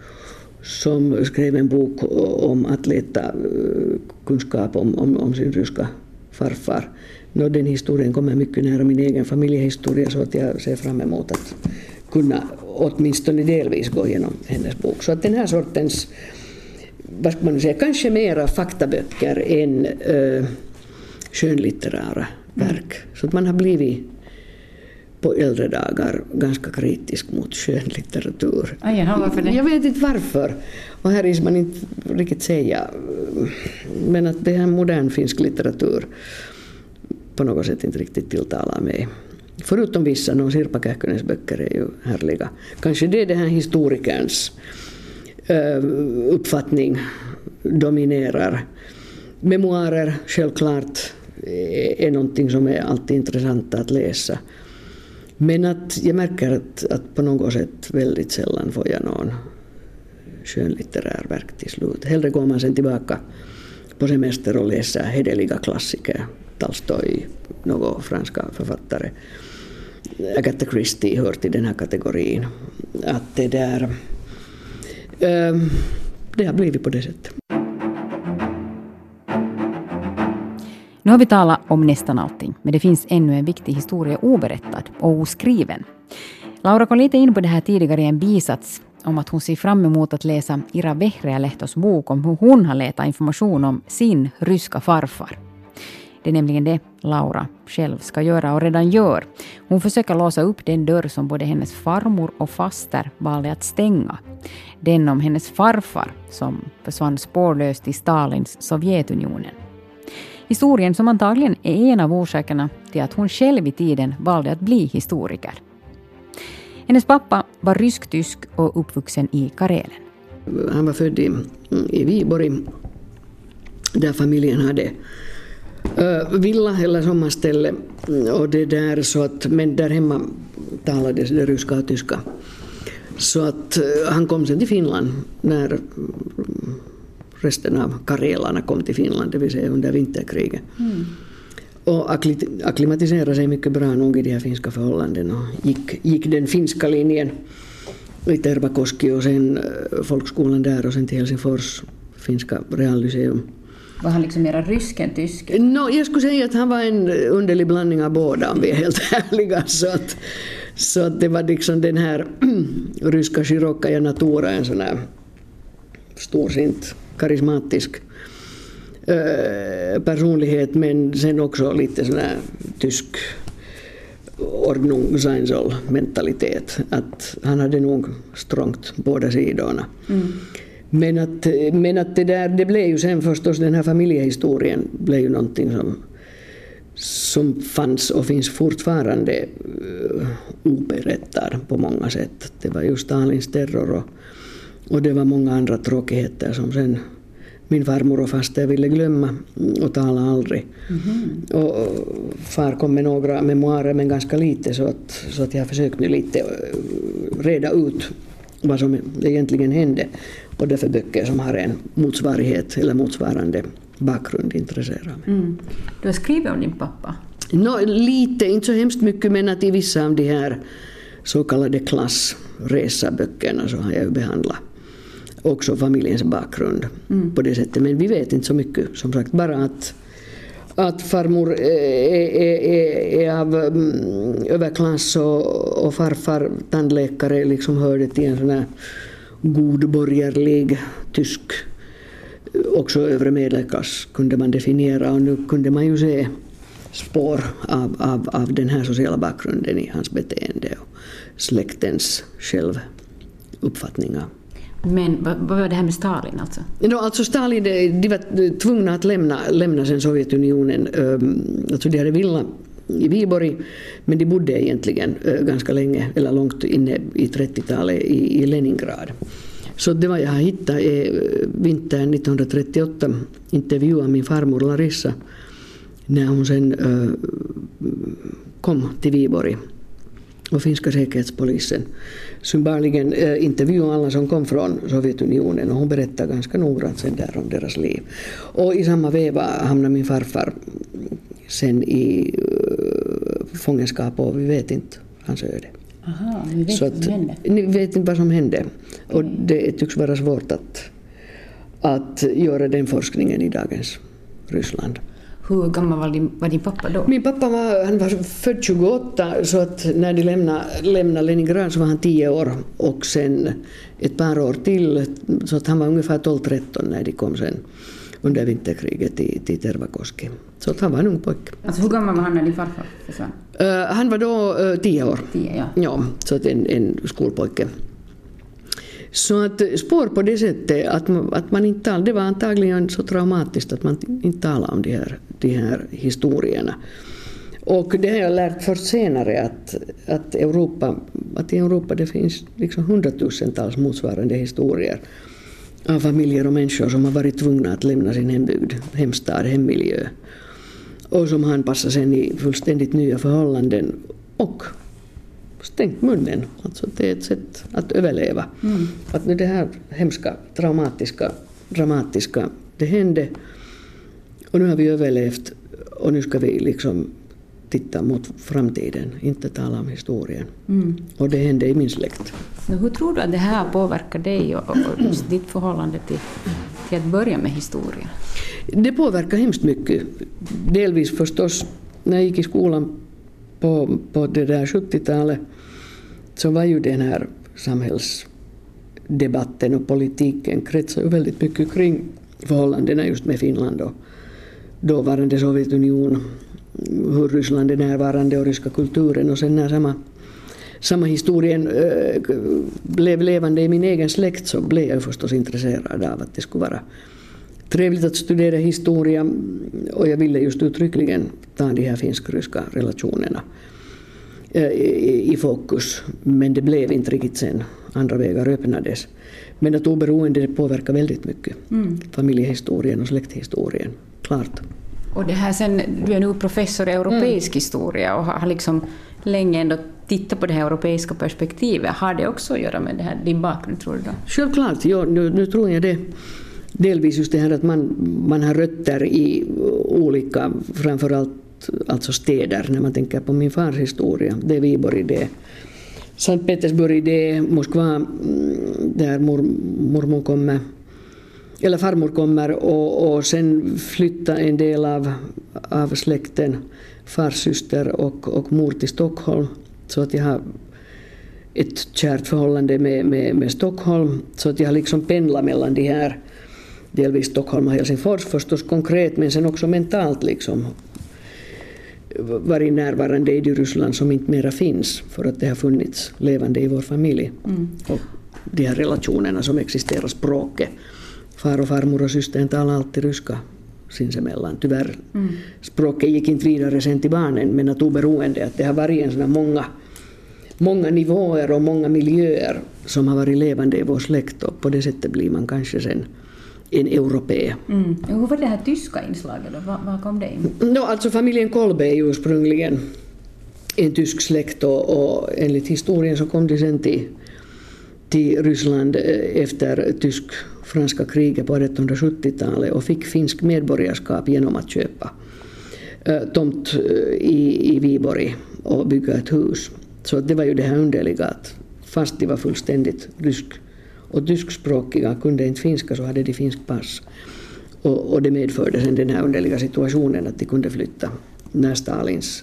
som skrev en bok om att leta kunskap om, om, om sin ryska farfar. Nå, den historien kommer mycket nära min egen familjehistoria så att jag ser fram emot att kunna åtminstone delvis gå igenom hennes bok. Så att den här sortens, vad ska man säga, kanske mera faktaböcker än äh, skönlitterära verk. Mm. Så att man har blivit på äldre dagar ganska kritisk mot skönlitteratur. Ah, jaha, varför det? Jag vet inte varför. Och här är man inte riktigt säga. Men att det här modern finsk litteratur på något sätt inte riktigt tilltalar mig. Förutom vissa, någon Sirpa Kähkönens böcker är ju härliga. Kanske det är det här historikerns uh, uppfattning dominerar. Memoarer, självklart, är någonting som är alltid intressant att läsa. Men att jag märker att, att på något sätt väldigt sällan får jag någon skönlitterär verk till slut. Hellre går man sen tillbaka på semester och läser hederliga klassiker. Tolstoj, några franska författare. Agatha Christie hör till den här kategorin. Att det där... Uh, det har blivit på det sättet. Nu har vi talat om nästan allting, men det finns ännu en viktig historia oberättad och oskriven. Laura kom lite in på det här tidigare i en bisats om att hon ser fram emot att läsa Ira Vehreälehtos bok om hur hon har letat information om sin ryska farfar. Det är nämligen det Laura själv ska göra och redan gör. Hon försöker låsa upp den dörr som både hennes farmor och faster valde att stänga. Den om hennes farfar som försvann spårlöst i Stalins Sovjetunionen. Historien som antagligen är en av orsakerna till att hon själv i tiden valde att bli historiker. Hennes pappa var rysk-tysk och uppvuxen i Karelen. Han var född i, i Viborg där familjen hade uh, villa eller sommarställe. Och det där så att, men där hemma talades det ryska och tyska. Så att uh, han kom sen till Finland när resten av karelarna kom till Finland, det vill säga under vinterkriget. Mm. Och akklimatiserade sig mycket bra nog i de här finska förhållanden och gick, gick den finska linjen i Tervakoski och sen folkskolan där och sen till Helsingfors, finska reallyceum. Var han liksom mera rysk än tysk? No, jag skulle säga att han var en underlig blandning av båda om vi är helt ärliga. Så att, så att det var liksom den här ryska Shirokaja Natura, en sån här storsint, karismatisk personlighet, men sen också lite sån här tysk Ordnung sein soll mentalitet, att han hade nog strångt båda sidorna. Mm. Men, att, men att det där, det blev ju sen förstås, den här familjehistorien blev ju någonting som, som fanns och finns fortfarande uh, oberättad på många sätt. Det var ju Stalins terror och, och det var många andra tråkigheter som sen min farmor och faster ville glömma och tala aldrig. Mm-hmm. Och far kom med några memoarer men ganska lite, så att, så att jag har försökt nu lite reda ut vad som egentligen hände. Och därför böcker som har en motsvarighet eller motsvarande bakgrund intresserar mig. Mm. Du har skrivit om din pappa? No, lite, inte så hemskt mycket, men att i vissa av de här så kallade klassresaböckerna så har jag ju behandlat också familjens bakgrund mm. på det sättet. Men vi vet inte så mycket, som sagt, bara att, att farmor är, är, är, är av um, överklass och, och farfar tandläkare liksom hörde till en sån här god borgerlig tysk, också övre medelklass kunde man definiera, och nu kunde man ju se spår av, av, av den här sociala bakgrunden i hans beteende och släktens självuppfattningar. Men vad, vad var det här med Stalin alltså? No, alltså Stalin, de, de var tvungna att lämna, lämna sen Sovjetunionen. Alltså de hade villa i Viborg, men de bodde egentligen ganska länge, eller långt inne i trettiotalet i, i Leningrad. Så det var jag har hittat är vintern nittonhundratrettioåtta, intervjuade min farmor Larissa när hon sen uh, kom till Viborg. Och finska säkerhetspolisen symbolligen äh, intervjuade alla som kom från Sovjetunionen, och hon berättade ganska noggrant sen där om deras liv. Och i samma veva hamnade min farfar sen i äh, fångenskap, och vi vet inte hans öde. Aha, vi vet så vad som hände. Ni vet inte vad som hände. Och det tycks vara svårt att, att göra den forskningen i dagens Ryssland. Hur gammal var din, var din pappa då? Min pappa var, han var född tjugoåtta, så att när de lämnade, lämnade Leningrad så var han tio år, och sen ett par år till, så att han var ungefär tolv tretton när de kom sen under vinterkriget till, till Tervakoski. Så att han var en ung pojke. Alltså hur gammal var han när din farfar försvann? Uh, han var då uh, tio år. Tio, ja. Ja, så att en, en skolpojke. Så att spår på det sättet att man, att man inte talade, det var antagligen så traumatiskt att man inte talade om de här, de här historierna. Och det har jag lärt först senare att, att, Europa, att i Europa det finns liksom hundratusentals motsvarande historier av familjer och människor som har varit tvungna att lämna sin hembygd, hemstad, hemmiljö och som anpassar sig i fullständigt nya förhållanden och stängt munnen. Alltså det är ett sätt att överleva. Mm. Att det här hemska, traumatiska, dramatiska, det hände och nu har vi överlevt och nu ska vi liksom titta mot framtiden, inte tala om historien. Mm. Och det hände i min släkt. Men hur tror du att det här påverkar dig och, och just ditt förhållande till, till att börja med historia? Det påverkar hemskt mycket. Delvis förstås när jag gick i skolan på, på det där sjuttiotalet så var ju den här samhällsdebatten och politiken kretsar ju väldigt mycket kring förhållandena just med Finland och dåvarande Sovjetunion, hur Ryssland är närvarande och ryska kulturen och sen när samma, samma historien äh, blev levande i min egen släkt så blev jag förstås intresserad av att det skulle vara trevligt att studera historia och jag ville just uttryckligen ta de här finsk-ryska relationerna äh, i, i fokus, men det blev inte riktigt sen, andra vägar öppnades. Men att oberoende det påverkar väldigt mycket, mm. familjehistorien och släkthistorien, klart. Och det här sen, du är nu professor i europeisk mm. historia och har liksom länge ändå tittat på det här europeiska perspektivet. Har det också att göra med det här, din bakgrund, tror du då? Självklart, ja, nu, nu tror jag det. Delvis just det här att man, man har rötter i olika, framförallt alltså städer, när man tänker på min fars historia. Det är Viborg, det är Sankt Petersburg, det är Moskva, där mor, mormor kommer. Eller farmor kommer och, och sen flytta en del av, av släkten, fars syster och, och mor till Stockholm. Så att jag har ett kärt förhållande med, med, med Stockholm. Så att jag har liksom pendlat mellan de här, delvis Stockholm och Helsingfors förstås konkret, men sen också mentalt liksom varit närvarande i det Ryssland som inte mera finns för att det har funnits levande i vår familj. Mm. Och de här relationerna som existerar, språket. Far och farmor och systern talar alltid ryska sinsemellan. Tyvärr, mm. språket gick inte vidare sen till barnen, men att oberoende att det har varit en såna många, många nivåer och många miljöer som har varit levande i vår släkt och på det sättet blir man kanske sen en europé. Mm. Hur var det här tyska inslaget då? Var, var kom det in? No, alltså familjen Kolbe är ju ursprungligen en tysk släkt och, och enligt historien så kom det sen till till Ryssland efter tysk-franska kriget på artonhundrasjuttiotalet och fick finsk medborgarskap genom att köpa tomt i, i Viborg och bygga ett hus. Så det var ju det här underliga att fast de var fullständigt rysk och tyskspråkiga, kunde inte finska så hade de finsk pass. Och, och det medförde sen den här underliga situationen att de kunde flytta när Stalins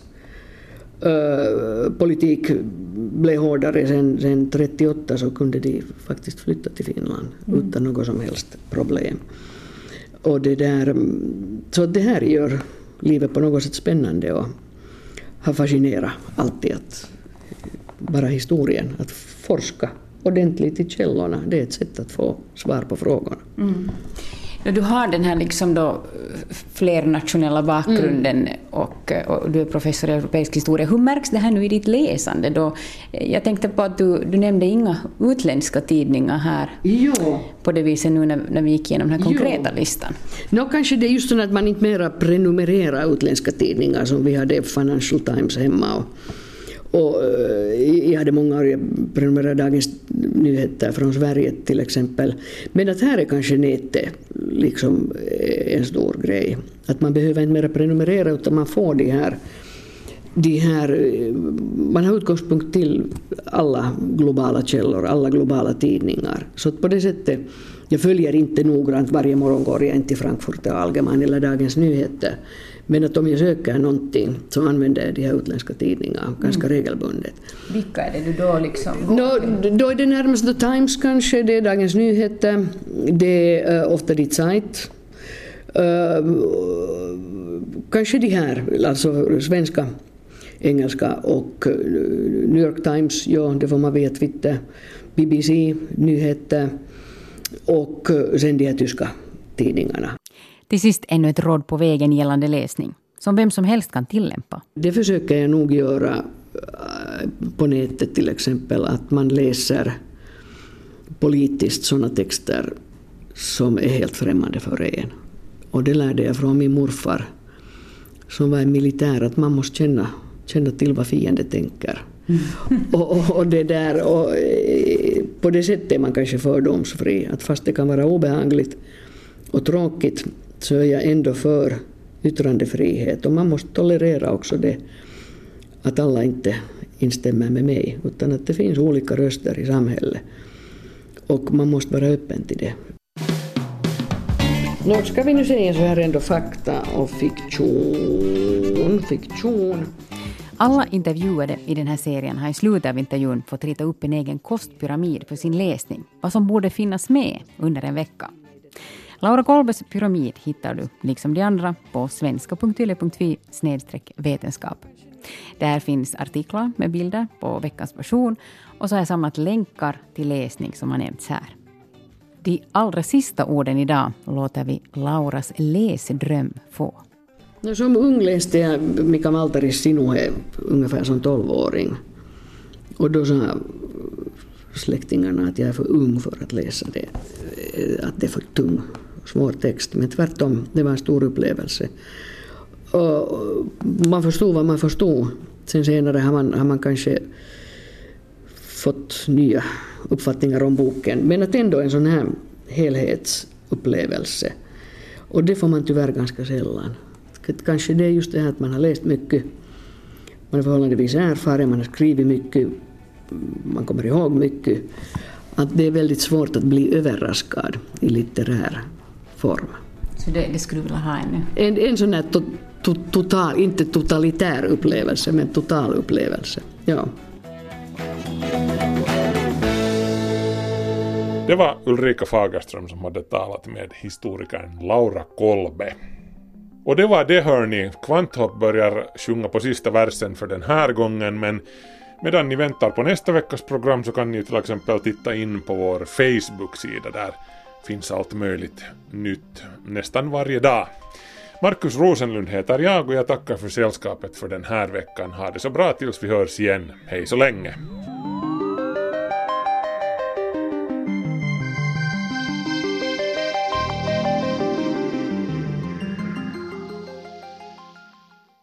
Uh, politik blev hårdare sen, sen trettioåtta så kunde de faktiskt flytta till Finland mm. utan något som helst problem. Och det där, så det här gör livet på något sätt spännande och har fascinerat alltid att bara historien, att forska ordentligt i källorna, det är ett sätt att få svar på frågorna. Mm. Du har den här liksom då flernationella bakgrunden mm. och, och du är professor i europeisk historia. Hur märks det här nu i ditt läsande? Då? Jag tänkte på att du, du nämnde inga utländska tidningar här jo. på det viset nu när, när vi gick igenom den här konkreta jo. listan. Nå, kanske det är just så att man inte mera prenumererar utländska tidningar som vi hade Financial Times hemma och Och jag hade många år, jag prenumererade Dagens Nyheter från Sverige till exempel. Men att här är kanske nätet liksom en stor grej. Att man behöver inte mer prenumerera utan man får de här, de här, man har utgångspunkt till alla globala källor, alla globala tidningar. Så på det sättet, jag följer inte noggrant, varje morgon går jag inte till Frankfurter Allgemein eller Dagens Nyheter. Men att om jag söker någonting så använder jag de här utländska tidningarna ganska mm. regelbundet. Vilka är det du då liksom? Då, då är det närmast The Times kanske, det är Dagens Nyheter, det är uh, ofta Die Zeit. Uh, kanske de här, alltså svenska, engelska och uh, New York Times, ja det får man veta, Twitter, B B C, nyheter och uh, sen de här tyska tidningarna. Till sist ännu ett råd på vägen gällande läsning. som vem som helst kan tillämpa. Det försöker jag nog göra på nätet till exempel, att man läser politiskt sådana texter som är helt främmande för en. Och det lärde jag från min morfar som var en militär, att man måste känna, känna till vad fienden tänker. Mm. och, och, och det där, och, på det sättet är man kanske fördomsfri, att fast det kan vara obehagligt och tråkigt så är jag ändå för yttrandefrihet, och man måste tolerera också det att alla inte instämmer med mig, utan att det finns olika röster i samhället och man måste vara öppen till det. Nå, ska vi nu säga så här ändå, fakta och fiktion, fiktion. Alla intervjuade i den här serien har i slutet av intervjun fått rita upp en egen kostpyramid för sin läsning, vad som borde finnas med under en vecka. Laura Kolbes pyramid hittar du, liksom de andra, på svenska punkt yle punkt fi snedstreck vetenskap. Där finns artiklar med bilder på veckans version, och så har jag samlat länkar till läsning som har nämnts här. De allra sista orden idag låter vi Lauras läsdröm få. Som ung läste jag Mika Maltaris Sinuhe ungefär som tolvåring. Och då sa släktingarna att jag är för ung för att läsa det. Att det är för tung, svår text. Men tvärtom, det var en stor upplevelse. Och man förstod vad man förstod. Sen senare har man, har man kanske fått nya uppfattningar om boken. Men att ändå en sån här helhetsupplevelse. Och det får man tyvärr ganska sällan. Kanske det är just det här att man har läst mycket. Man är förhållandevis erfaren, man har skrivit mycket. Man kommer ihåg mycket. Att det är väldigt svårt att bli överraskad i litterär form. Så det, det skulle du vilja ha ännu? En, en sån här to, to, total, inte totalitär upplevelse, men total upplevelse. Ja. Det var Ulrika Fagerström som hade talat med historikern Laura Kolbe. Och det var det, hörni. Kvanthopp börjar sjunga på sista versen för den här gången, men medan ni väntar på nästa veckas program så kan ni till exempel titta in på vår Facebook-sida. Där finns allt möjligt nytt nästan varje dag. Markus Rosenlund heter jag och jag tackar för sällskapet för den här veckan. Ha det så bra tills vi hörs igen. Hej så länge!